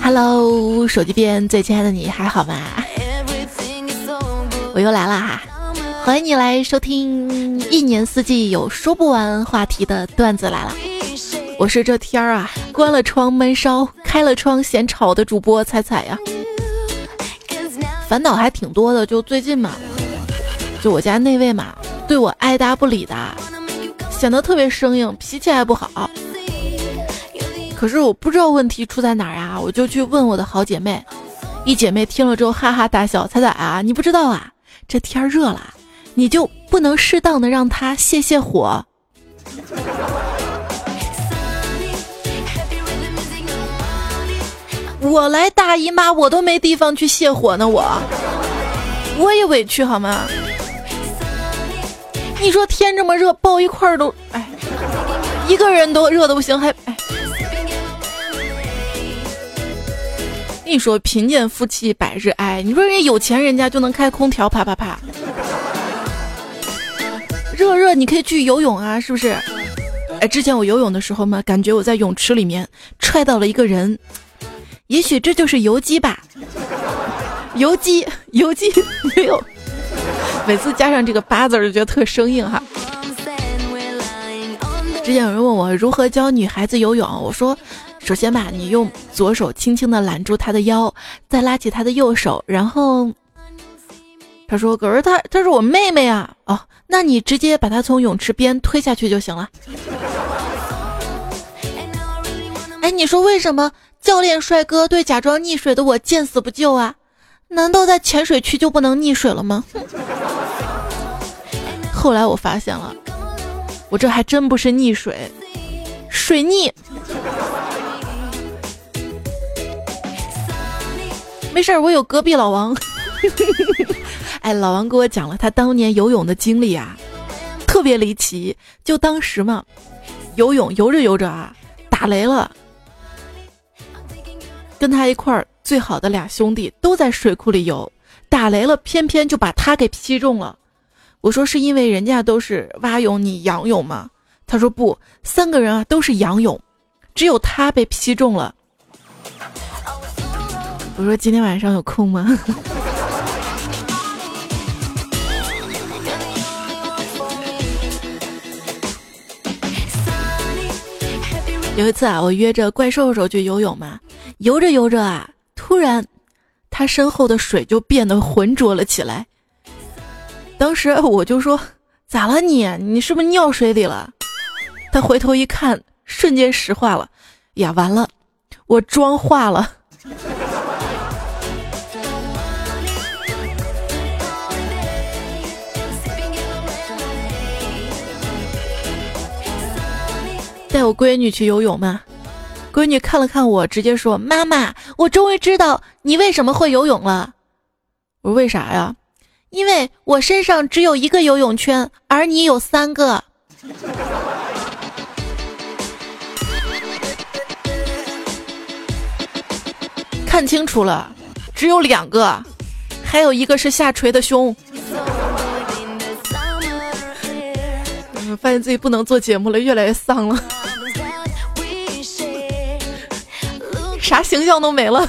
Hello， 手机边最亲爱的你还好吗？我又来了哈，欢迎你来收听一年四季有说不完话题的段子来了。我是这天儿啊，关了窗闷烧，开了窗嫌吵的主播彩彩呀。烦恼还挺多的，就最近嘛，就我家那位嘛，对我爱答不理的，显得特别生硬，脾气还不好。可是我不知道问题出在哪儿啊，我就去问我的好姐妹，一姐妹听了之后哈哈大笑，彩彩啊，你不知道啊，这天热了，你就不能适当的让她泄泄火。我来大姨妈我都没地方去泄火呢，我也委屈好吗？你说天这么热，抱一块都一个人都热的不行，还跟你说贫贱夫妻百日哀，你说人家有钱人家就能开空调啪啪啪，热你可以去游泳啊，是不是？之前我游泳的时候嘛，感觉我在泳池里面踹到了一个人，也许这就是游击吧，游击没有，每次加上这个八字就觉得特生硬哈。之前有人问我如何教女孩子游泳，我说首先吧，你用左手轻轻地揽住她的腰，再拉起她的右手，然后他说可是她是我妹妹啊，哦，那你直接把她从泳池边推下去就行了。你说为什么教练帅哥对假装溺水的我见死不救啊？难道在浅水区就不能溺水了吗？后来我发现了，我这还真不是溺水，水逆。没事，我有隔壁老王。老王给我讲了他当年游泳的经历啊，特别离奇。就当时嘛，游泳游着啊，打雷了。跟他一块儿最好的俩兄弟都在水库里游，打雷了，偏偏就把他给劈中了。我说是因为人家都是蛙泳，你仰泳吗？他说不，3个人啊都是仰泳，只有他被劈中了。我说今天晚上有空吗？有一次啊，我约着怪兽兽去游泳嘛，游着啊，突然他身后的水就变得浑浊了起来。当时我就说咋了你是不是尿水里了？他回头一看，瞬间石化了，呀完了，我妆化了。带我闺女去游泳嘛，闺女看了看我，直接说妈妈，我终于知道你为什么会游泳了。我说为啥呀？因为我身上只有1个游泳圈，而你有3个。看清楚了，只有2个，还有1个是下垂的胸。发现自己不能做节目了，越来越丧了，啥形象都没了。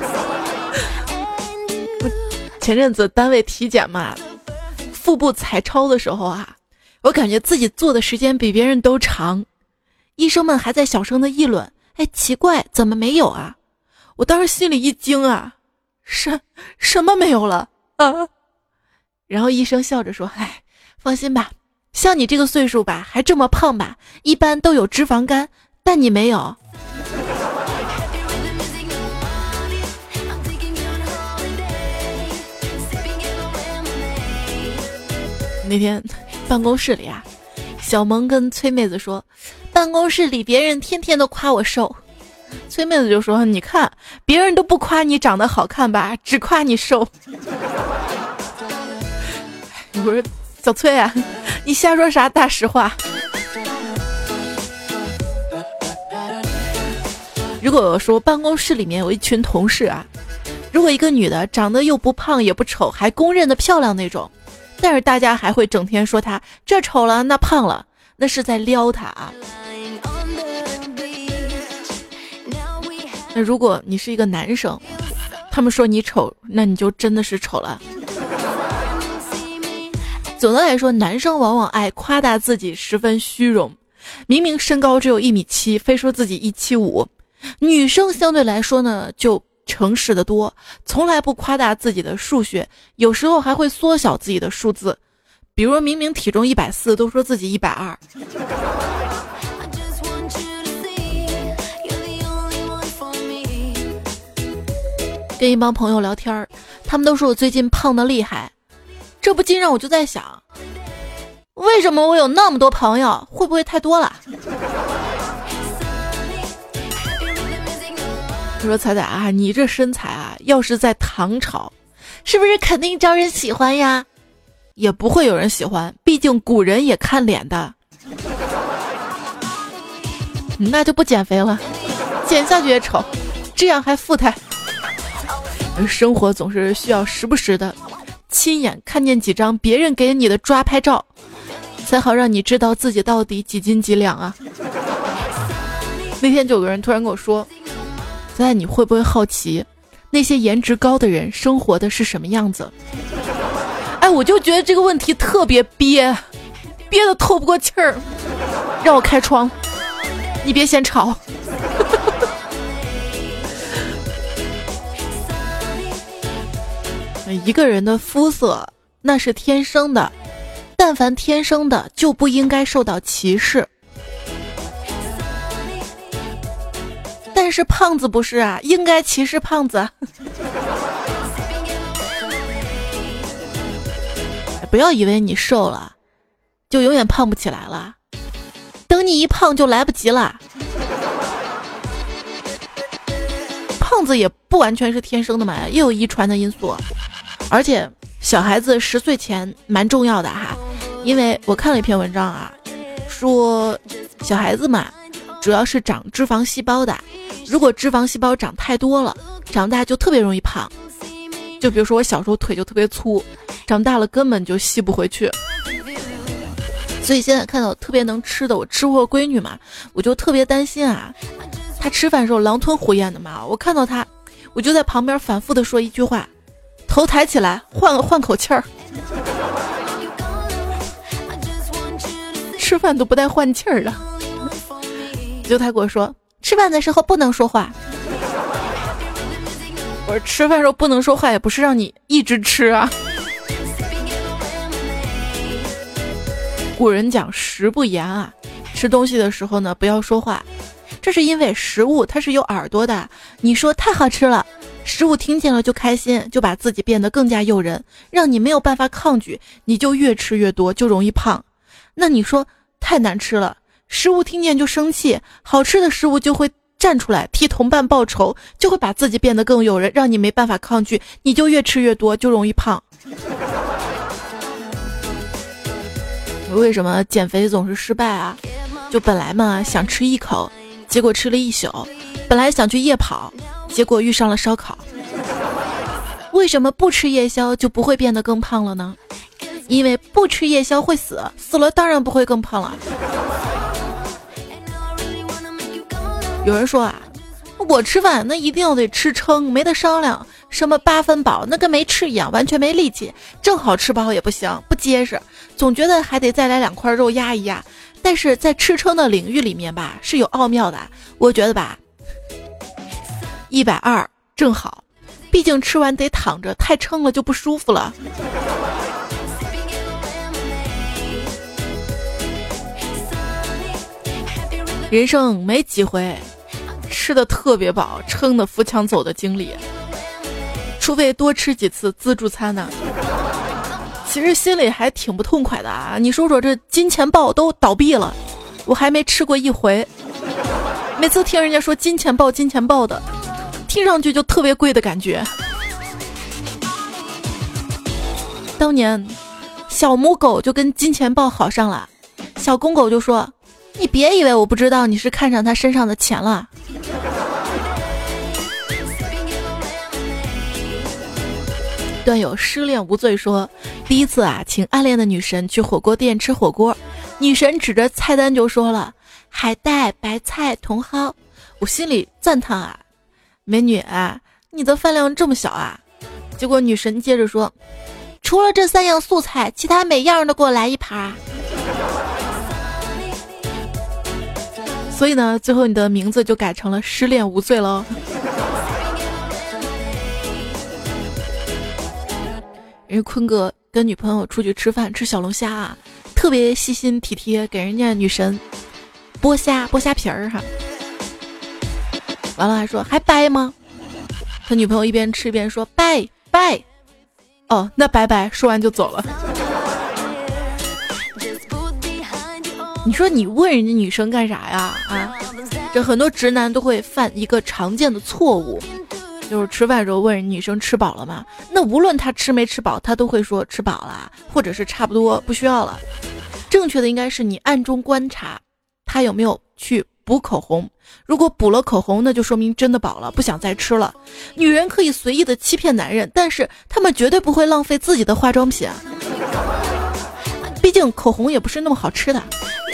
前阵子单位体检嘛，腹部彩超的时候啊，我感觉自己做的时间比别人都长，医生们还在小声的议论，奇怪怎么没有啊？我当时心里一惊啊，什么没有了啊？然后医生笑着说，放心吧，像你这个岁数吧，还这么胖吧，一般都有脂肪肝，但你没有。那天办公室里啊，小萌跟崔妹子说，办公室里别人天天都夸我瘦。崔妹子就说，你看别人都不夸你长得好看吧，只夸你瘦。我说小崔啊，你瞎说啥大实话？如果我说办公室里面有一群同事啊，如果一个女的长得又不胖也不丑，还公认的漂亮那种，但是大家还会整天说她这丑了那胖了，那是在撩她啊。 那如果你是一个男生，他们说你丑，那你就真的是丑了。总的来说，男生往往爱夸大自己，十分虚荣，明明身高只有1.7米，非说自己1.75。女生相对来说呢，就诚实的多，从来不夸大自己的数学，有时候还会缩小自己的数字，比如明明体重140，都说自己120。跟一帮朋友聊天，他们都说我最近胖得厉害，这不禁让我就在想，为什么我有那么多朋友，会不会太多了？他说彩彩啊，你这身材啊，要是在唐朝，是不是肯定招人喜欢呀？也不会有人喜欢，毕竟古人也看脸的。那就不减肥了，减下去也丑，这样还富态。生活总是需要时不时的亲眼看见几张别人给你的抓拍照，才好让你知道自己到底几斤几两啊。那天就有个人突然跟我说，现在你会不会好奇那些颜值高的人生活的是什么样子？哎，我就觉得这个问题特别憋得透不过气儿。让我开窗，你别嫌吵。一个人的肤色那是天生的，但凡天生的就不应该受到歧视。但是胖子不是啊，应该歧视胖子。不要以为你瘦了就永远胖不起来了，等你一胖就来不及了。胖子也不完全是天生的嘛，也有遗传的因素。而且小孩子10岁前蛮重要的哈，因为我看了一篇文章啊，说小孩子嘛主要是长脂肪细胞的，如果脂肪细胞长太多了，长大就特别容易胖。就比如说我小时候腿就特别粗，长大了根本就吸不回去。所以现在看到特别能吃的我吃货闺女嘛，我就特别担心啊，她吃饭时候狼吞虎咽的嘛，我看到她我就在旁边反复的说一句话，头抬起来，换口气儿。吃饭都不带换气儿的。就他跟我说，吃饭的时候不能说话。我说吃饭时候不能说话，也不是让你一直吃啊。古人讲食不言啊，吃东西的时候呢，不要说话。这是因为食物它是有耳朵的，你说太好吃了，食物听见了就开心，就把自己变得更加诱人，让你没有办法抗拒，你就越吃越多，就容易胖。那你说太难吃了，食物听见就生气，好吃的食物就会站出来替同伴报仇，就会把自己变得更诱人，让你没办法抗拒，你就越吃越多，就容易胖。为什么减肥总是失败啊？就本来嘛想吃一口，结果吃了一宿，本来想去夜跑，结果遇上了烧烤。为什么不吃夜宵就不会变得更胖了呢？因为不吃夜宵会死，死了当然不会更胖了。有人说啊，我吃饭那一定要得吃撑，没得商量，什么8分饱那跟没吃一样，完全没力气，正好吃饱也不行，不结实，总觉得还得再来2块肉压一压。但是在吃撑的领域里面吧，是有奥妙的。我觉得吧，120正好，毕竟吃完得躺着，太撑了就不舒服了。人生没几回吃的特别饱，撑得扶墙走的经历，除非多吃几次自助餐呢。其实心里还挺不痛快的啊！你说说，这金钱豹都倒闭了，我还没吃过一回。每次听人家说金钱豹的，听上去就特别贵的感觉。当年小母狗就跟金钱豹好上了，小公狗就说，你别以为我不知道你是看上他身上的钱了。段友失恋无罪说，第一次啊请暗恋的女神去火锅店吃火锅，女神指着菜单就说了，海带、白菜、茼蒿。我心里赞叹啊， 美女，你的饭量这么小啊？结果女神接着说，除了这3样素菜，其他每样都给我来1盘。所以呢，最后你的名字就改成了失恋5岁喽。人家坤哥跟女朋友出去吃饭，吃小龙虾啊，特别细心体贴，给人家女神剥虾皮儿哈。完了还说还掰吗？他女朋友一边吃一边说掰。哦，那拜拜，说完就走了。你说你问人家女生干啥呀？啊，这很多直男都会犯一个常见的错误，就是吃饭的时候问人女生吃饱了吗？那无论她吃没吃饱，她都会说吃饱了，或者是差不多不需要了。正确的应该是你暗中观察她有没有去补口红，如果补了口红，那就说明真的饱了，不想再吃了。女人可以随意的欺骗男人，但是她们绝对不会浪费自己的化妆品，毕竟口红也不是那么好吃的。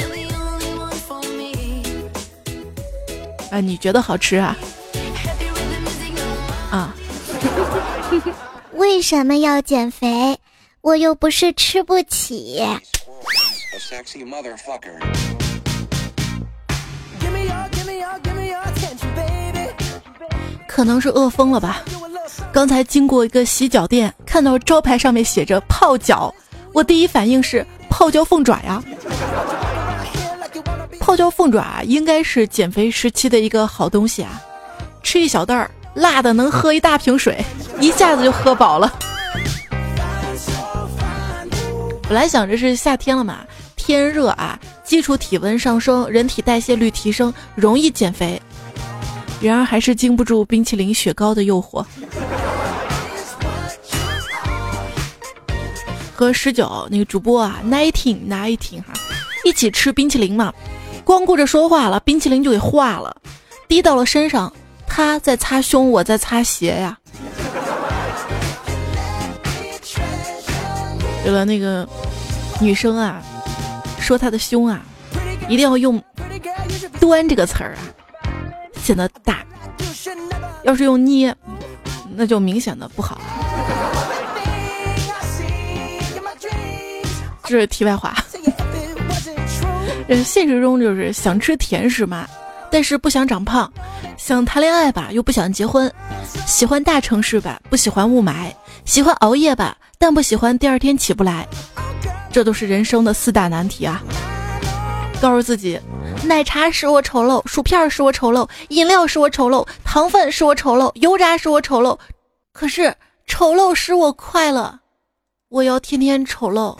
你觉得好吃啊？啊？ 为什么要减肥？我又不是吃不起。 可能是饿疯了吧。刚才经过一个洗脚店，看到招牌上面写着泡脚，我第一反应是泡椒凤爪呀。泡椒凤爪应该是减肥时期的一个好东西啊，吃一小袋儿，辣的能喝一大瓶水，一下子就喝饱了。本来想着是夏天了嘛，天热啊，基础体温上升，人体代谢率提升，容易减肥。然而还是经不住冰淇淋雪糕的诱惑。和19那个主播啊 19哈一起吃冰淇淋嘛，光顾着说话了，冰淇淋就给化了，滴到了身上，他在擦胸，我在擦鞋呀。对了，那个女生啊，说她的胸啊，一定要用端这个词儿啊，显得大，要是用捏，那就明显的不好。这是题外话。现实中就是想吃甜食嘛，但是不想长胖；想谈恋爱吧，又不想结婚；喜欢大城市吧，不喜欢雾霾；喜欢熬夜吧，但不喜欢第二天起不来。这都是人生的4大难题啊！告诉自己，奶茶使我丑陋，薯片使我丑陋，饮料使我丑陋，糖分使我丑陋，油炸使我丑陋。可是丑陋使我快乐，我要天天丑陋。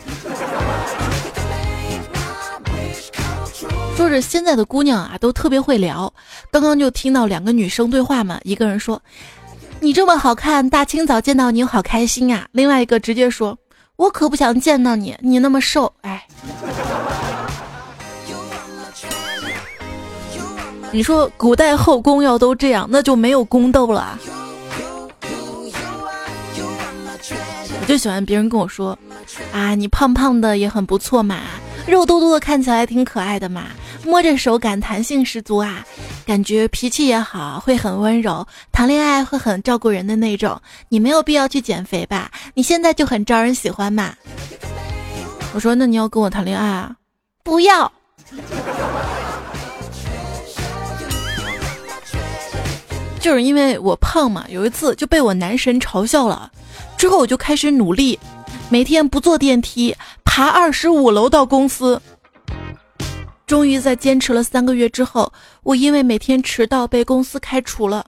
说着现在的姑娘啊，都特别会聊。刚刚就听到2个女生对话嘛，一个人说：“你这么好看，大清早见到你好开心啊。”另外一个直接说：“我可不想见到你，你那么瘦。”哎，你说古代后宫要都这样，那就没有宫斗了。我就喜欢别人跟我说啊，你胖胖的也很不错嘛，肉嘟嘟的看起来挺可爱的嘛，摸着手感弹性十足啊，感觉脾气也好，会很温柔，谈恋爱会很照顾人的那种。你没有必要去减肥吧，你现在就很招人喜欢嘛。我说那你要跟我谈恋爱啊？不要。就是因为我胖嘛，有一次就被我男神嘲笑了，之后我就开始努力，每天不坐电梯，爬25楼到公司。终于在坚持了3个月之后，我因为每天迟到被公司开除了。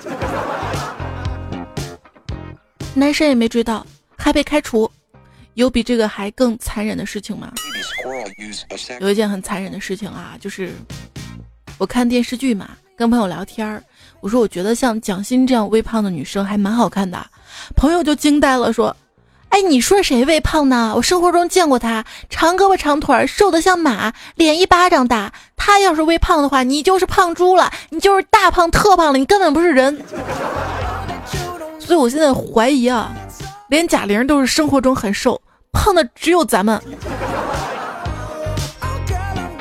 男神也没追到，还被开除。有比这个还更残忍的事情吗？有一件很残忍的事情啊，就是我看电视剧嘛，跟朋友聊天，我说我觉得像蒋欣这样微胖的女生还蛮好看的，朋友就惊呆了，说：“哎，你说谁微胖呢？我生活中见过她，长胳膊长腿，瘦得像马，脸一巴掌大。她要是微胖的话，你就是胖猪了，你就是大胖特胖了，你根本不是人。”所以我现在怀疑啊，连贾玲都是生活中很瘦，胖的只有咱们。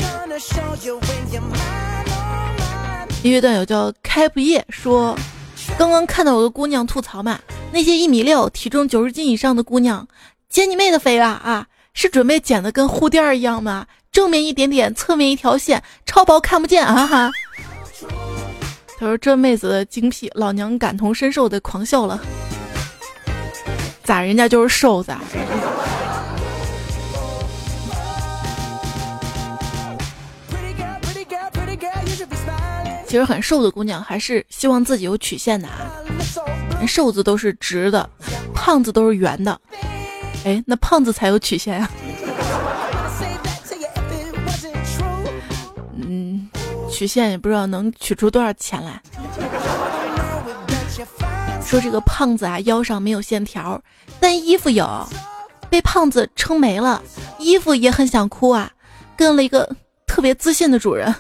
一乐段有叫开不夜说， 刚刚看到有个姑娘吐槽嘛，那些1.6米、体重90斤以上的姑娘，减你妹的肥了啊！是准备减的跟护垫一样吗？正面一点点，侧面一条线，超薄看不见啊哈！他说这妹子的精辟，老娘感同身受的狂笑了。咋人家就是瘦子啊？其实很瘦的姑娘还是希望自己有曲线的啊，人瘦子都是直的，胖子都是圆的。哎，那胖子才有曲线啊。曲线也不知道能取出多少钱来。说这个胖子啊，腰上没有线条，但衣服有，被胖子撑没了，衣服也很想哭啊，跟了一个特别自信的主人。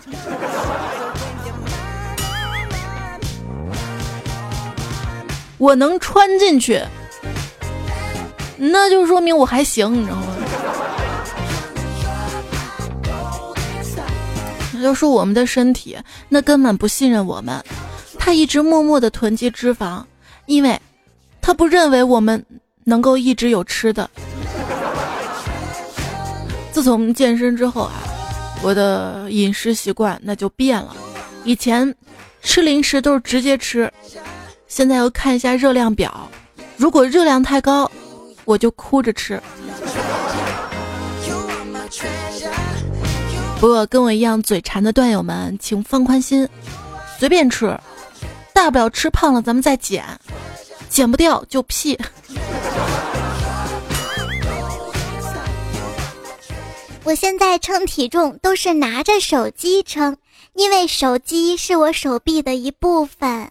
我能穿进去，那就说明我还行，你知道吗？要说我们的身体，那根本不信任我们，他一直默默的囤积脂肪，因为他不认为我们能够一直有吃的。自从健身之后啊，我的饮食习惯那就变了，以前吃零食都是直接吃，现在要看一下热量表，如果热量太高，我就哭着吃。不过跟我一样嘴馋的段友们，请放宽心，随便吃，大不了吃胖了咱们再减，减不掉就屁。 我现在称体重都是拿着手机称，因为手机是我手臂的一部分。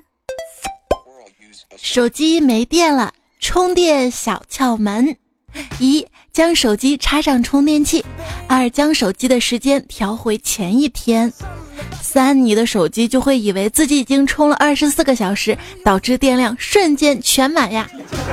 手机没电了，充电小窍门：一、将手机插上充电器；2、将手机的时间调回前一天；3、你的手机就会以为自己已经充了24个小时，导致电量瞬间全满呀。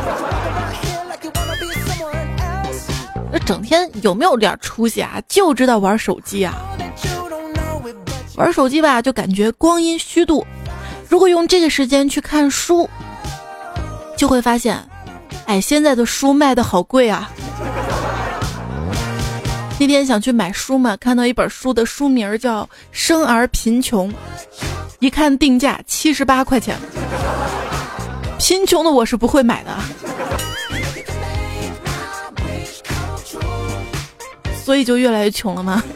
整天有没有点出息啊？就知道玩手机啊！玩手机吧，就感觉光阴虚度。如果用这个时间去看书，就会发现，哎，现在的书卖的好贵啊！那天想去买书嘛，看到一本书的书名叫《生而贫穷》，一看定价78块钱，贫穷的我是不会买的。所以就越来越穷了吗？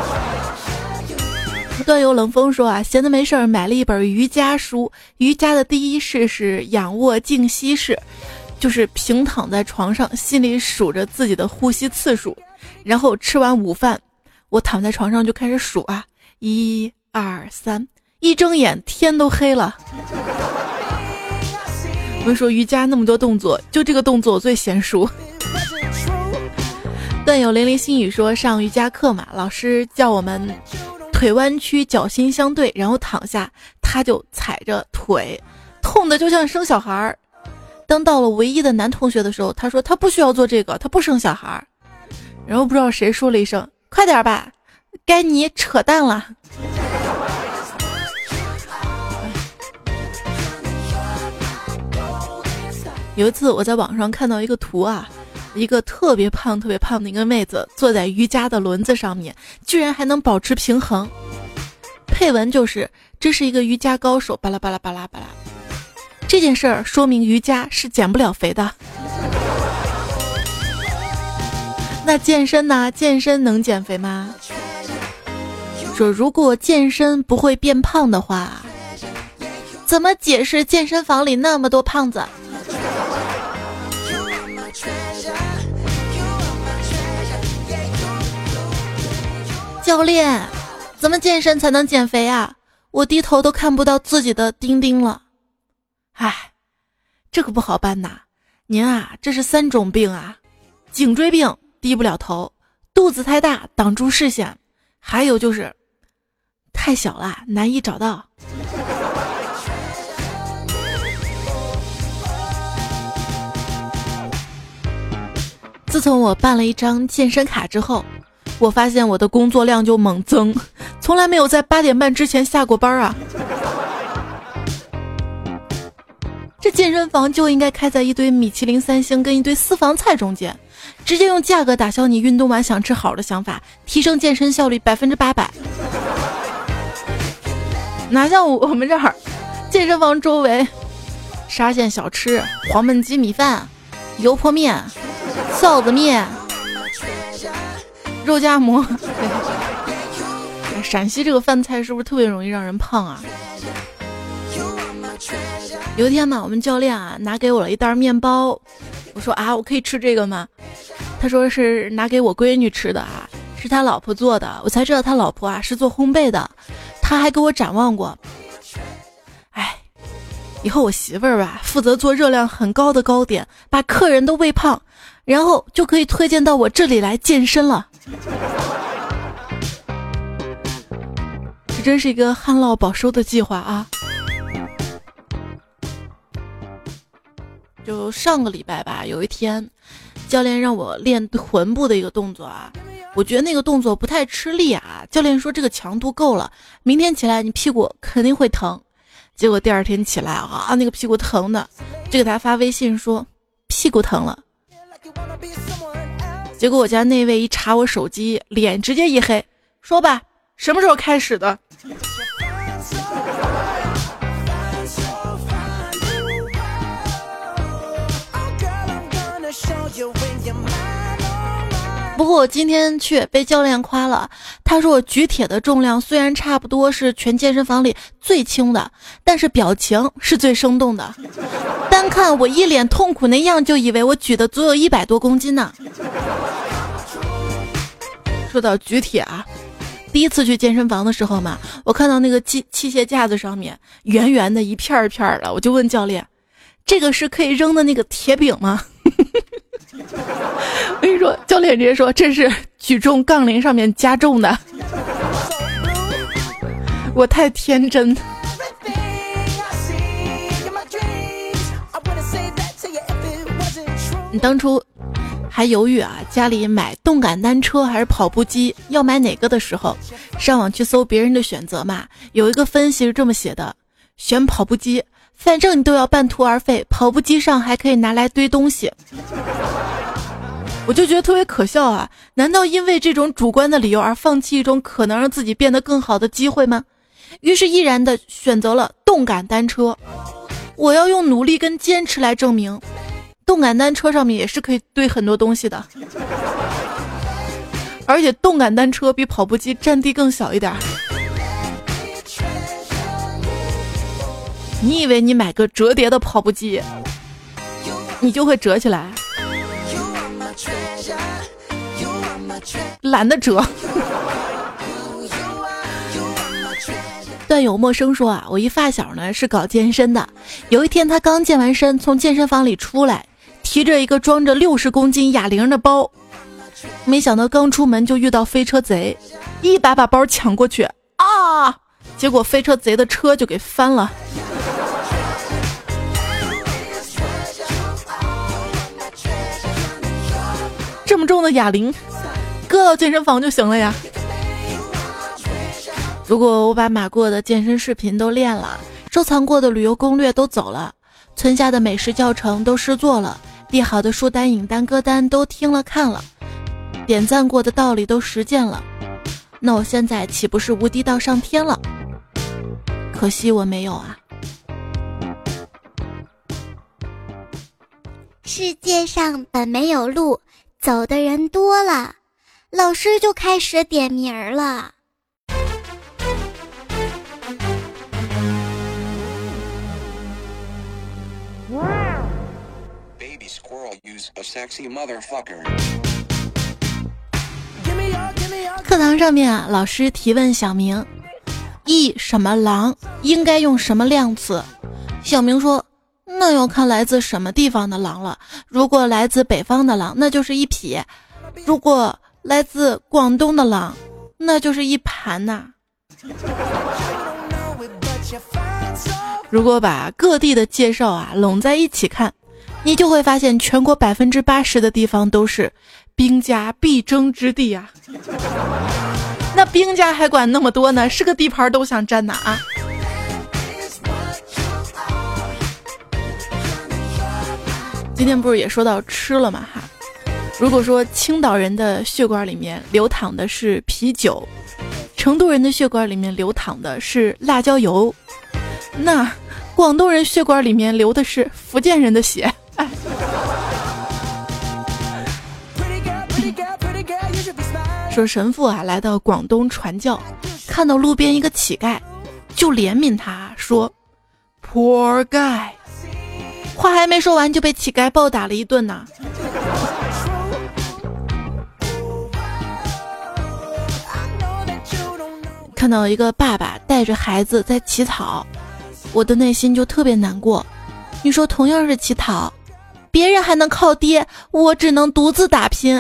段友冷风说啊，闲得没事儿买了一本瑜伽书，瑜伽的第一式是仰卧静息式，就是平躺在床上，心里数着自己的呼吸次数，然后吃完午饭，我躺在床上就开始数啊，1、2、3，一睁眼天都黑了。我们说瑜伽那么多动作，就这个动作我最娴熟。段友零零心语说，上瑜伽课嘛，老师叫我们腿弯曲，脚心相对，然后躺下，他就踩着腿，痛的就像生小孩。当到了唯一的男同学的时候，他说他不需要做这个，他不生小孩。然后不知道谁说了一声，快点吧，该你扯淡了。有一次我在网上看到一个图啊，一个特别胖的一个妹子坐在瑜伽的轮子上面，居然还能保持平衡。配文就是这是一个瑜伽高手，巴拉巴拉巴拉巴拉。这件事儿说明瑜伽是减不了肥的。那健身呢？健身能减肥吗？说如果健身不会变胖的话，怎么解释健身房里那么多胖子？教练，怎么健身才能减肥啊？我低头都看不到自己的丁丁了。唉，这可不好办呐。您啊，这是3种病啊，颈椎病低不了头，肚子太大挡住视线，还有就是太小了难以找到。自从我办了一张健身卡之后，我发现我的工作量就猛增，从来没有在8点半之前下过班啊。 这健身房就应该开在一堆米其林3星跟一堆私房菜中间，直接用价格打消你运动完想吃好的想法，提升健身效率800%。哪像我们这儿健身房周围沙县小吃、黄焖鸡米饭、油泼面、臊子面、肉夹馍。陕西这个饭菜是不是特别容易让人胖啊？有一天嘛，我们教练啊拿给我了一袋面包，我说啊，我可以吃这个吗？他说是拿给我闺女吃的啊，是他老婆做的。我才知道他老婆啊是做烘焙的。他还给我展望过，哎，以后我媳妇儿吧负责做热量很高的糕点，把客人都喂胖，然后就可以推荐到我这里来健身了。这真是一个旱涝保收的计划啊！就上个礼拜吧，有一天教练让我练臀部的一个动作啊，我觉得那个动作不太吃力啊，教练说这个强度够了，明天起来你屁股肯定会疼。结果第二天起来啊，那个屁股疼的，就给他发微信说屁股疼了。结果我家那位一查我手机，脸直接一黑，说吧，什么时候开始的？不过我今天去被教练夸了，他说我举铁的重量虽然差不多是全健身房里最轻的，但是表情是最生动的。单看我一脸痛苦那样，就以为我举的足有100多公斤呢。说到举铁啊，第一次去健身房的时候嘛，我看到那个器械架子上面圆圆的一片一片的，我就问教练，这个是可以扔的那个铁饼吗？我跟你说，教练直接说这是举重杠铃上面加重的。我太天真。你当初还犹豫啊，家里买动感单车还是跑步机，要买哪个的时候，上网去搜别人的选择嘛，有一个分析是这么写的，选跑步机，反正你都要半途而废，跑步机上还可以拿来堆东西。我就觉得特别可笑啊，难道因为这种主观的理由而放弃一种可能让自己变得更好的机会吗？于是毅然的选择了动感单车。我要用努力跟坚持来证明，动感单车上面也是可以堆很多东西的，而且动感单车比跑步机占地更小一点。你以为你买个折叠的跑步机你就会折起来？懒得折。段友陌生说啊，我一发小呢是搞健身的，有一天他刚健完身，从健身房里出来，提着一个装着60公斤哑铃的包，没想到刚出门就遇到飞车贼，一把包抢过去啊，结果飞车贼的车就给翻了。这么重的哑铃搁到健身房就行了呀。如果我把码过的健身视频都练了，收藏过的旅游攻略都走了，存下的美食教程都试做了，列好的书单影单歌单都听了看了，点赞过的道理都实践了，那我现在岂不是无敌到上天了？可惜我没有啊。 世界上本没有路，走的人多了，老师就开始点名了。 Baby squirrel use a sexy motherfucker。 课堂上面啊，老师提问小明，一什么狼应该用什么量词？小明说，那要看来自什么地方的狼了，如果来自北方的狼，那就是1匹，如果来自广东的狼，那就是1盘呐。如果把各地的介绍啊拢在一起看，你就会发现全国80%的地方都是兵家必争之地啊。那兵家还管那么多呢，是个地盘都想占哪啊？ 今天不是也说到吃了吗哈？如果说青岛人的血管里面流淌的是啤酒，成都人的血管里面流淌的是辣椒油，那广东人血管里面流的是福建人的血。哎，说神父啊来到广东传教，看到路边一个乞丐，就怜悯他说 Poor guy， 话还没说完就被乞丐暴打了一顿呢。看到一个爸爸带着孩子在乞讨，我的内心就特别难过。你说同样是乞讨，别人还能靠爹，我只能独自打拼。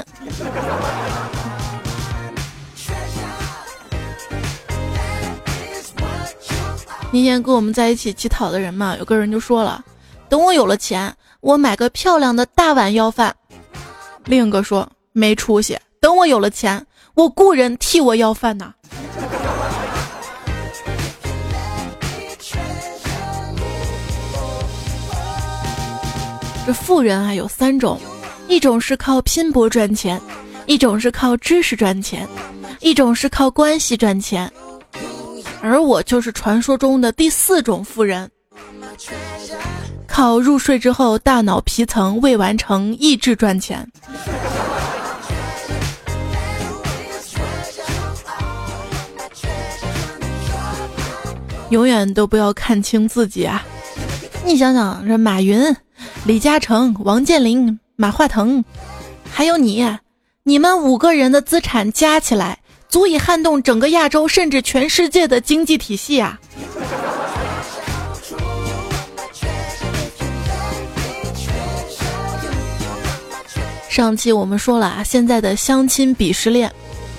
那天跟我们在一起乞讨的人嘛，有个人就说了，等我有了钱，我买个漂亮的大碗要饭。另一个说没出息，等我有了钱，我雇人替我要饭呢。这富人啊有3种，一种是靠拼搏赚钱，一种是靠知识赚钱，一种是靠关系赚钱。而我就是传说中的第4种富人，靠入睡之后大脑皮层未完成意志赚钱。永远都不要看清自己啊！你想想，这马云、李嘉诚、王健林、马化腾，还有你们5个人的资产加起来，足以撼动整个亚洲甚至全世界的经济体系啊！上期我们说了啊，现在的相亲鄙视链，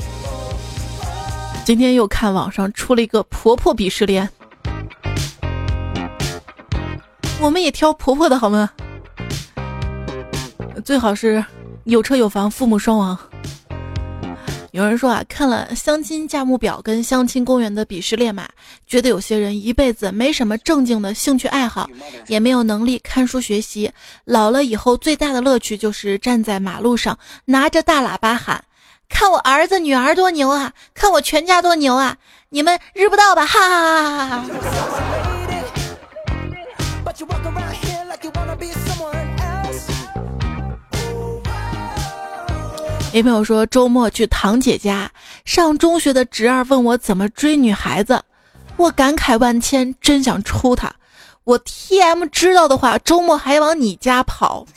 今天又看网上出了一个婆婆鄙视链。我们也挑婆婆的好吗？最好是有车有房父母双亡。有人说啊，看了相亲价目表跟相亲公园的鄙视链嘛，觉得有些人一辈子没什么正经的兴趣爱好，也没有能力看书学习，老了以后最大的乐趣就是站在马路上拿着大喇叭喊，看我儿子女儿多牛啊，看我全家多牛啊，你们日不到吧，哈哈哈哈。一朋友说，周末去堂姐家，上中学的侄儿问我怎么追女孩子，我感慨万千，真想抽他。我 TM 知道的话，周末还往你家跑。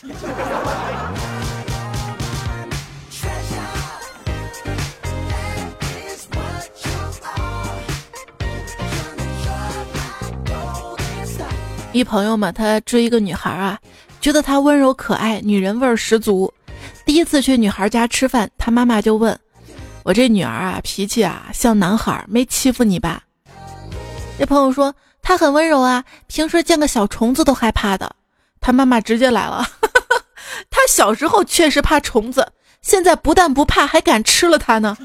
一朋友嘛，他追一个女孩啊，觉得她温柔可爱，女人味儿十足。第一次去女孩家吃饭，他妈妈就问我，这女儿啊脾气啊像男孩，没欺负你吧？这朋友说她很温柔啊，平时见个小虫子都害怕的。他妈妈直接来了，她小时候确实怕虫子，现在不但不怕，还敢吃了它呢。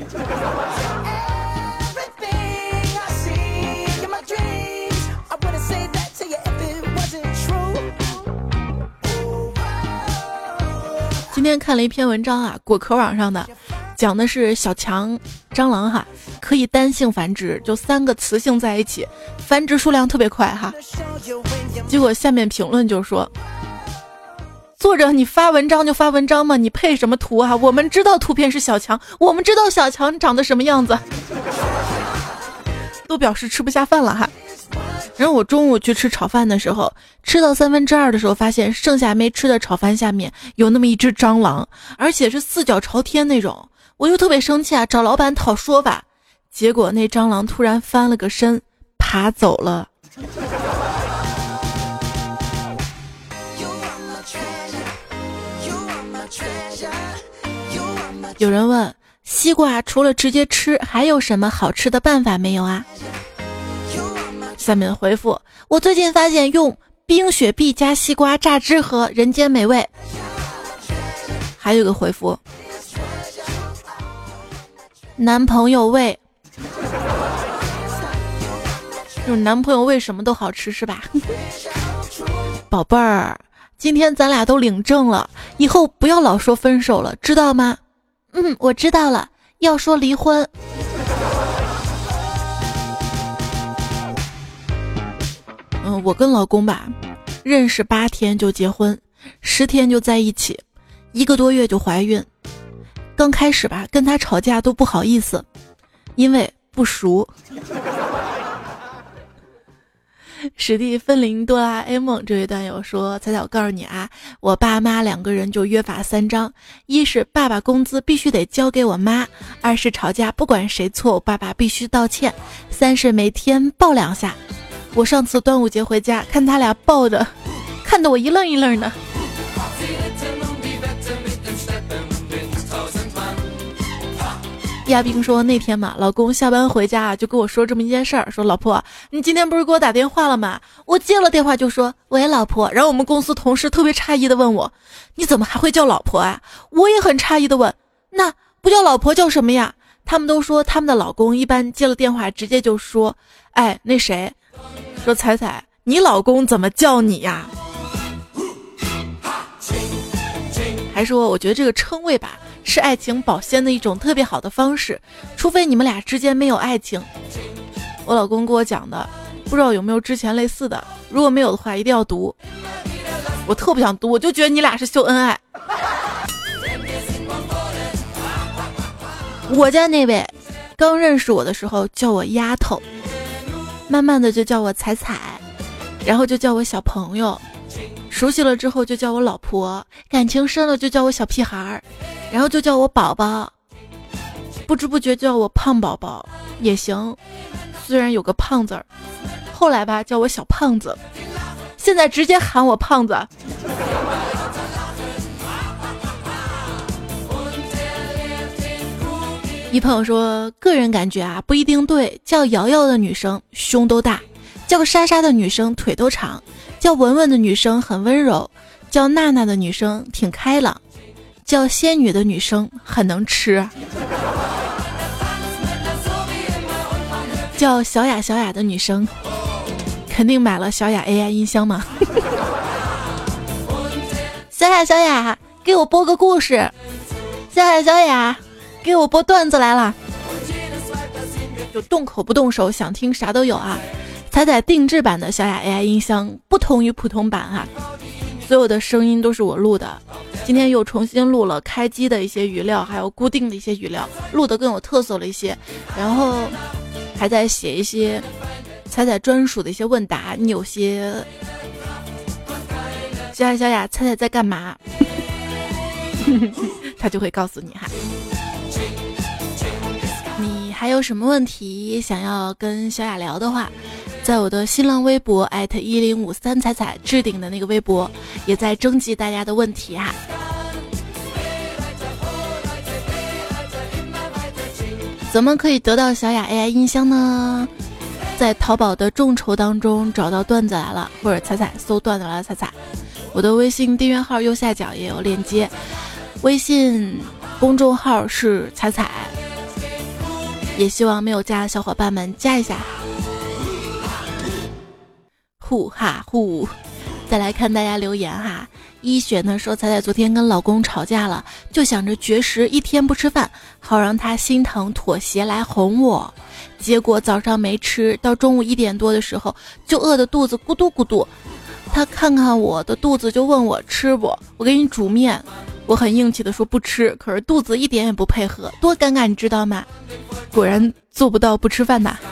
今天看了一篇文章啊，果壳网上的，讲的是小强蟑螂哈，可以单性繁殖，就3个雌性在一起，繁殖数量特别快哈。结果下面评论就说，作者你发文章就发文章嘛，你配什么图啊？我们知道图片是小强，我们知道小强长得什么样子，都表示吃不下饭了哈。然后我中午去吃炒饭的时候，吃到2/3的时候，发现剩下没吃的炒饭下面有那么一只蟑螂，而且是4脚朝天那种。我就特别生气啊，找老板讨说法。结果那蟑螂突然翻了个身，爬走了。有人问，西瓜除了直接吃，还有什么好吃的办法没有啊？下面回复，我最近发现用冰雪碧加西瓜榨汁喝，人间美味。还有个回复，男朋友喂，就是男朋友喂什么都好吃是吧？宝贝儿， 今天咱俩都领证了，以后不要老说分手了，知道吗？ 我知道了，要说离婚。 我跟老公吧，认识8天就结婚，10天就在一起，1个多月就怀孕。刚开始吧，跟他吵架都不好意思，因为不熟。史蒂芬林哆啦 A 梦这位段友说，彩彩我告诉你啊，我爸妈2个人就约法3章，一是爸爸工资必须得交给我妈，2是吵架不管谁错，我爸爸必须道歉，3是每天抱2下。我上次端午节回家看他俩抱着，看得我一愣一愣的。亚冰说，那天嘛，老公下班回家就跟我说这么一件事儿，说老婆，你今天不是给我打电话了吗？我接了电话就说喂老婆，然后我们公司同事特别诧异的问我，你怎么还会叫老婆啊？我也很诧异的问，那不叫老婆叫什么呀？他们都说他们的老公一般接了电话直接就说，哎，那谁，说彩彩，你老公怎么叫你呀？还说我觉得这个称谓吧，是爱情保鲜的一种特别好的方式，除非你们俩之间没有爱情。我老公跟我讲的，不知道有没有之前类似的，如果没有的话一定要读。我特不想读，我就觉得你俩是秀恩爱。我家那位刚认识我的时候叫我丫头，慢慢的就叫我彩彩，然后就叫我小朋友，熟悉了之后就叫我老婆，感情深了就叫我小屁孩儿，然后就叫我宝宝，不知不觉叫我胖宝宝也行，虽然有个胖字儿，后来吧叫我小胖子，现在直接喊我胖子。一朋友说，个人感觉啊不一定对，叫瑶瑶的女生胸都大，叫莎莎的女生腿都长，叫文文的女生很温柔，叫娜娜的女生挺开朗，叫仙女的女生很能吃，叫小雅小雅的女生肯定买了小雅 AI 音箱嘛。小雅小雅，给我播个故事。小雅小雅，给我播段子来了。就动口不动手，想听啥都有啊。彩彩定制版的小雅 AI 音箱不同于普通版哈，所有的声音都是我录的。今天又重新录了开机的一些语料，还有固定的一些语料，录得更有特色了一些。然后还在写一些彩彩专属的一些问答，你有些小雅小雅，彩彩在干嘛？他就会告诉你哈。你还有什么问题想要跟小雅聊的话，在我的新浪微博@1053彩彩置顶的那个微博，也在征集大家的问题哈。怎么可以得到小雅 AI 音箱呢？在淘宝的众筹当中找到段子来了，或者彩彩搜段子来了彩彩。我的微信订阅号右下角也有链接，微信公众号是彩彩，也希望没有加的小伙伴们加一下。呼哈呼，再来看大家留言哈。一雪呢说，彩彩昨天跟老公吵架了，就想着绝食1天不吃饭，好让他心疼妥协来哄我。结果早上没吃，到中午1点多的时候就饿得肚子咕嘟咕嘟。他看看我的肚子就问我吃不，我给你煮面，我很硬气的说不吃，可是肚子一点也不配合，多尴尬你知道吗？果然做不到不吃饭呐。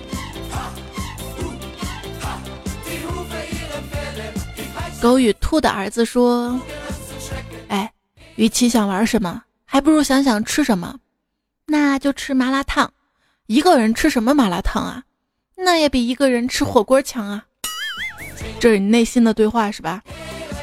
狗与兔的儿子说，哎，与其想玩什么，还不如想想吃什么，那就吃麻辣烫。一个人吃什么麻辣烫啊？那也比一个人吃火锅强啊。这是你内心的对话是吧？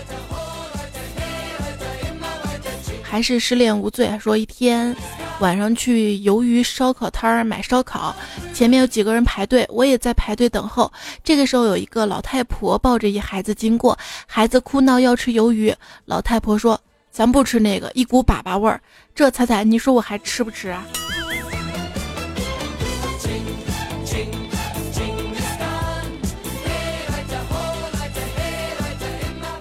还是失恋无罪，说一天晚上去鱿鱼烧烤摊儿买烧烤，前面有几个人排队，我也在排队等候。这个时候有一个老太婆抱着一孩子经过，孩子哭闹要吃鱿鱼，老太婆说咱不吃那个，一股粑粑味儿。这彩彩你说我还吃不吃啊？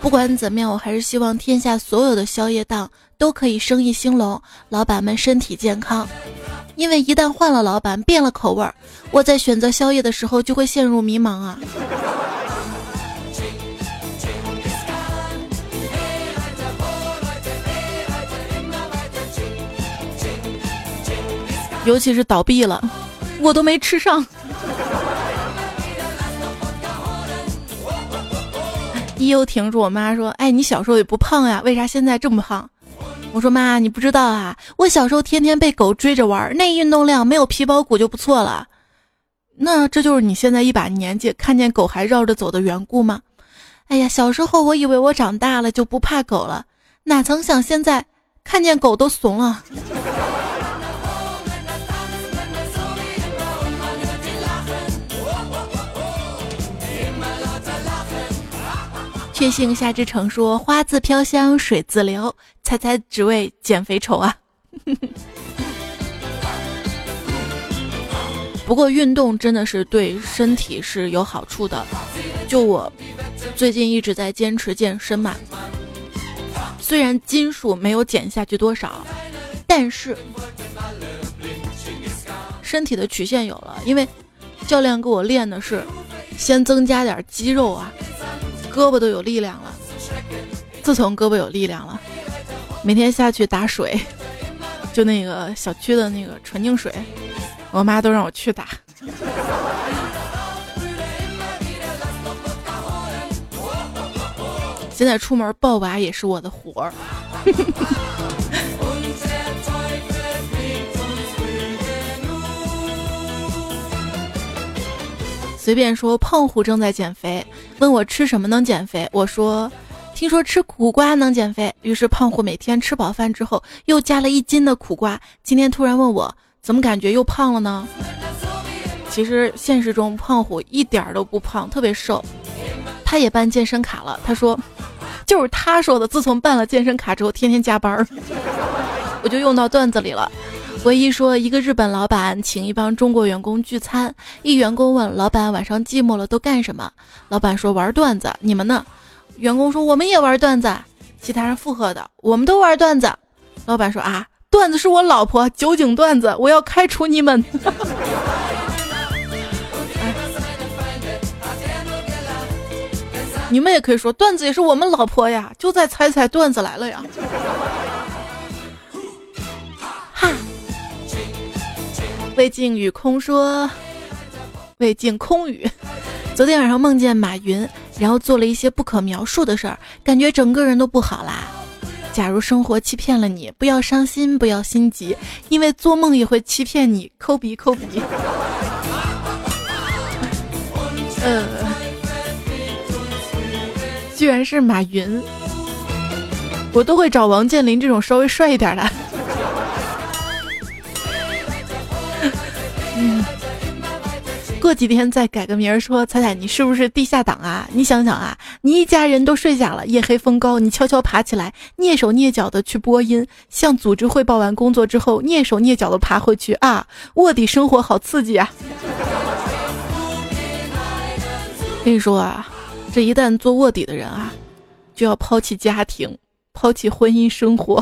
不管怎么样，我还是希望天下所有的宵夜档都可以生意兴隆，老板们身体健康。因为一旦换了老板，变了口味儿，我在选择宵夜的时候就会陷入迷茫啊。尤其是倒闭了，我都没吃上。一又停住我妈说：“哎，你小时候也不胖呀，为啥现在这么胖？”我说：“妈，你不知道啊，我小时候天天被狗追着玩，那运动量没有皮包骨就不错了。那这就是你现在一把年纪看见狗还绕着走的缘故吗？哎呀，小时候我以为我长大了就不怕狗了，哪曾想现在看见狗都怂了。”确信夏之城说：“花自飘香水自流，猜猜只为减肥愁啊。”不过运动真的是对身体是有好处的。就我最近一直在坚持健身嘛，虽然斤数没有减下去多少，但是身体的曲线有了，因为教练给我练的是先增加点肌肉啊。胳膊都有力量了，自从胳膊有力量了，每天下去打水，就那个小区的那个纯净水，我妈都让我去打。现在出门抱娃也是我的活儿。随便说，胖虎正在减肥，问我吃什么能减肥。我说听说吃苦瓜能减肥，于是胖虎每天吃饱饭之后又加了1斤的苦瓜。今天突然问我怎么感觉又胖了呢？其实现实中胖虎一点都不胖，特别瘦。他也办健身卡了，他说就是他说的，自从办了健身卡之后天天加班。我就用到段子里了。回忆说，一个日本老板请一帮中国员工聚餐，一员工问老板晚上寂寞了都干什么，老板说玩段子，你们呢？员工说我们也玩段子，其他人附和的，我们都玩段子。老板说啊，段子是我老婆，酒井段子，我要开除你们。你们也可以说段子也是我们老婆呀，就在猜猜段子来了呀。哈，魏晋雨空说，魏晋空语，昨天晚上梦见马云，然后做了一些不可描述的事儿，感觉整个人都不好啦。假如生活欺骗了你，不要伤心，不要心急，因为做梦也会欺骗你。抠鼻抠鼻。居然是马云，我都会找王健林这种稍微帅一点的。过几天再改个名儿，说彩彩你是不是地下党啊？你想想啊，你一家人都睡下了，夜黑风高，你悄悄爬起来，蹑手蹑脚的去播音，向组织汇报完工作之后，蹑手蹑脚的爬回去啊！卧底生活好刺激啊！跟你说啊，这一旦做卧底的人啊，就要抛弃家庭，抛弃婚姻生活。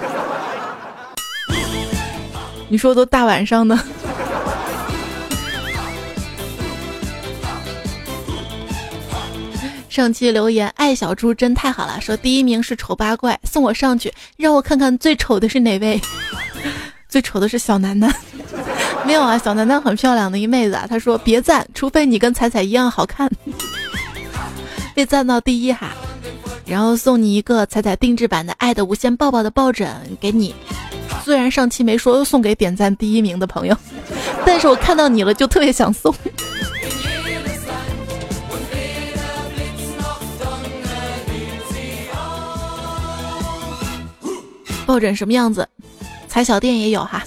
你说都大晚上的。上期留言爱小猪真太好了，说第1名是丑八怪，送我上去，让我看看最丑的是哪位。最丑的是小楠楠。没有啊，小楠楠很漂亮的一妹子啊。她说别赞，除非你跟彩彩一样好看。被赞到第1哈，然后送你一个彩彩定制版的爱的无限抱抱的抱枕给你。虽然上期没说，又送给点赞第1名的朋友，但是我看到你了就特别想送。抱枕什么样子？彩小店也有哈。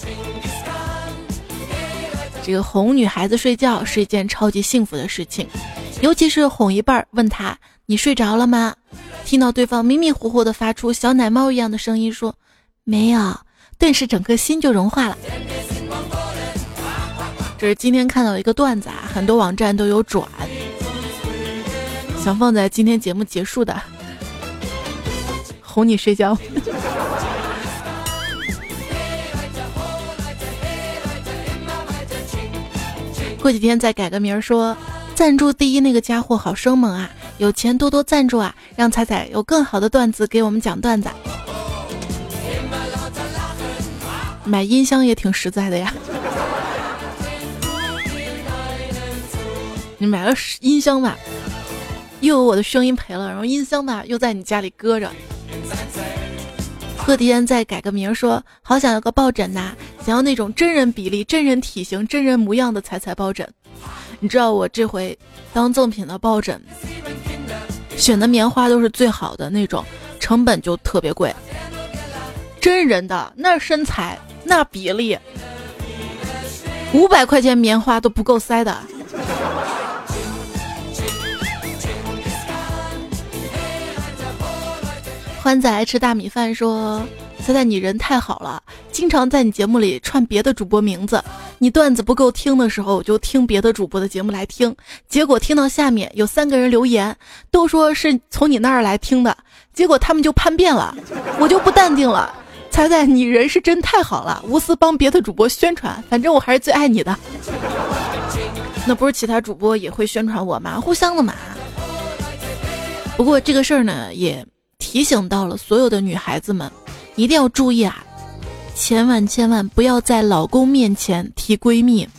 这个哄女孩子睡觉是一件超级幸福的事情，尤其是哄一半问她你睡着了吗？听到对方迷迷糊糊的发出小奶猫一样的声音说没有，顿时整个心就融化了。这是今天看到一个段子啊，很多网站都有转，想放在今天节目结束的。 哄你睡觉。过几天再改个名说，赞助第一那个家伙好生猛啊，有钱多多赞助啊，让彩彩有更好的段子给我们讲段子。买音箱也挺实在的呀。你买了音箱吧，又有我的声音赔了，然后音箱吧又在你家里搁着。过几天再改个名说，好想要个抱枕呐，想要那种真人比例、真人体型、真人模样的彩彩抱枕。你知道我这回当赠品的抱枕选的棉花都是最好的那种，成本就特别贵。真人的那身材那比例，500块钱棉花都不够塞的。欢仔爱吃大米饭说，猜猜你人太好了，经常在你节目里串别的主播名字，你段子不够听的时候我就听别的主播的节目来听，结果听到下面有3个人留言都说是从你那儿来听的，结果他们就叛变了，我就不淡定了。猜猜你人是真太好了，无私帮别的主播宣传，反正我还是最爱你的。那不是其他主播也会宣传我吗？互相的嘛。不过这个事儿呢也提醒到了所有的女孩子们，一定要注意啊，千万不要在老公面前提闺蜜，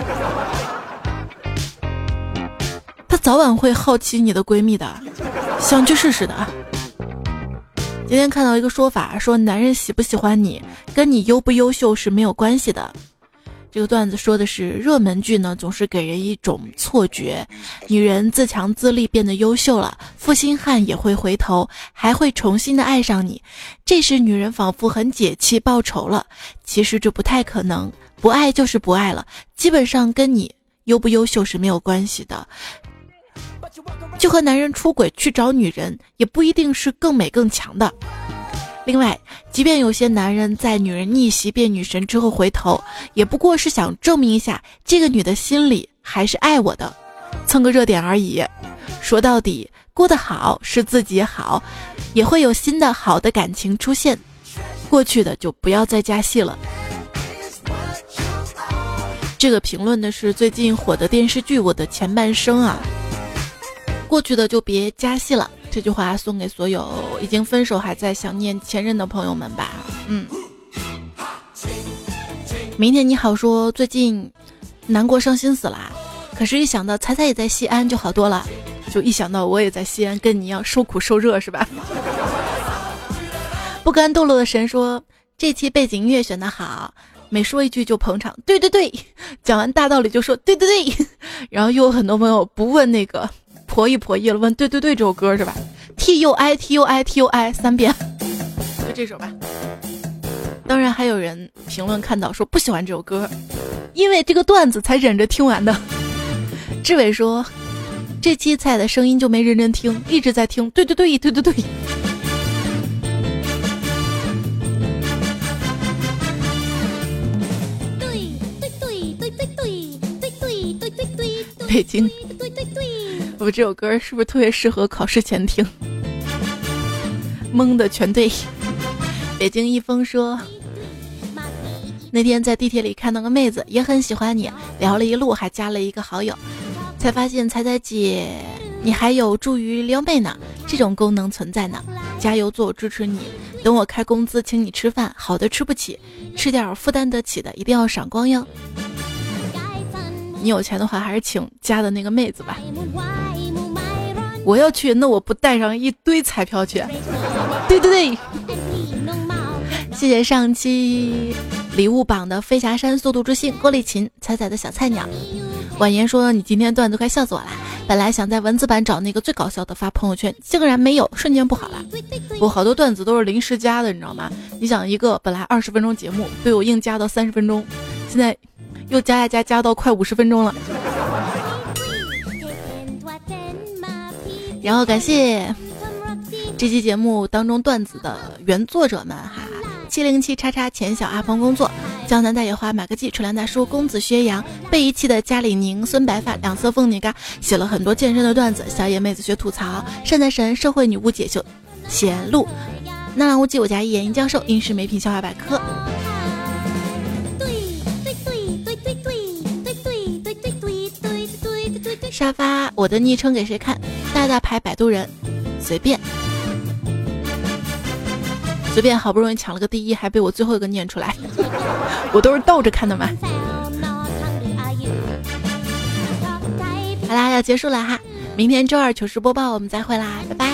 她早晚会好奇你的闺蜜的，想去试试的。今天看到一个说法，说男人喜不喜欢你跟你优不优秀是没有关系的。这个段子说的是，热门剧呢总是给人一种错觉，女人自强自立变得优秀了，负心汉也会回头，还会重新的爱上你，这时女人仿佛很解气报仇了。其实这不太可能，不爱就是不爱了，基本上跟你优不优秀是没有关系的。就和男人出轨去找女人，也不一定是更美更强的。另外，即便有些男人在女人逆袭变女神之后回头，也不过是想证明一下这个女的心里还是爱我的，蹭个热点而已。说到底，过得好是自己好，也会有新的好的感情出现，过去的就不要再加戏了。这个评论的是最近火的电视剧《我的前半生》啊，过去的就别加戏了。这句话送给所有已经分手还在想念前任的朋友们吧。明天你好说最近难过伤心死了，可是一想到彩彩也在西安就好多了，就一想到我也在西安跟你一样受苦受热是吧？不甘堕落的神说，这期背景音乐选得好，每说一句就捧场，对对对，讲完大道理就说对对对，然后又有很多朋友不问那个婆一婆一了，问对对对这首歌是吧？ TUI TUI TUI 3遍，就这首吧。当然还有人评论看到说不喜欢这首歌，因为这个段子才忍着听完的。志伟说，这期菜的声音就没认真听，一直在听对对对对对对。北京，我这首歌是不是特别适合考试前听？蒙的全对。北京一峰说，那天在地铁里看到个妹子也很喜欢你，聊了一路还加了一个好友，才发现彩彩姐你还有助于撩妹呢，这种功能存在呢，加油做，支持你，等我开工资请你吃饭，好的吃不起，吃点负担得起的一定要赏光哟。你有钱的话还是请加的那个妹子吧，我要去那我不带上一堆彩票去。对对对，谢谢上期礼物榜的飞霞山速度之星郭丽琴彩彩的小菜鸟。婉言说，你今天段子快笑死我了，本来想在文字版找那个最搞笑的发朋友圈，竟然没有，瞬间不好了。我好多段子都是临时加的，你知道吗？你想一个本来20分钟节目被我硬加到30分钟，现在又加到快50分钟了。然后感谢这期节目当中段子的原作者们哈，707叉叉钱小阿鹏工作，江南大野花马克记楚良大叔公子薛洋被遗弃的加里宁孙白发两侧凤女嘎写了很多健身的段子，小野妹子学吐槽，善财神社会女巫解秀显露纳兰无忌我家演艺教授，应试美品笑话百科。沙发，我的昵称给谁看？大大牌摆渡人，随便，好不容易抢了个第一，还被我最后一个念出来，我都是倒着看的嘛。好啦，要结束了哈，明天周二糗事播报我们再会啦，拜拜。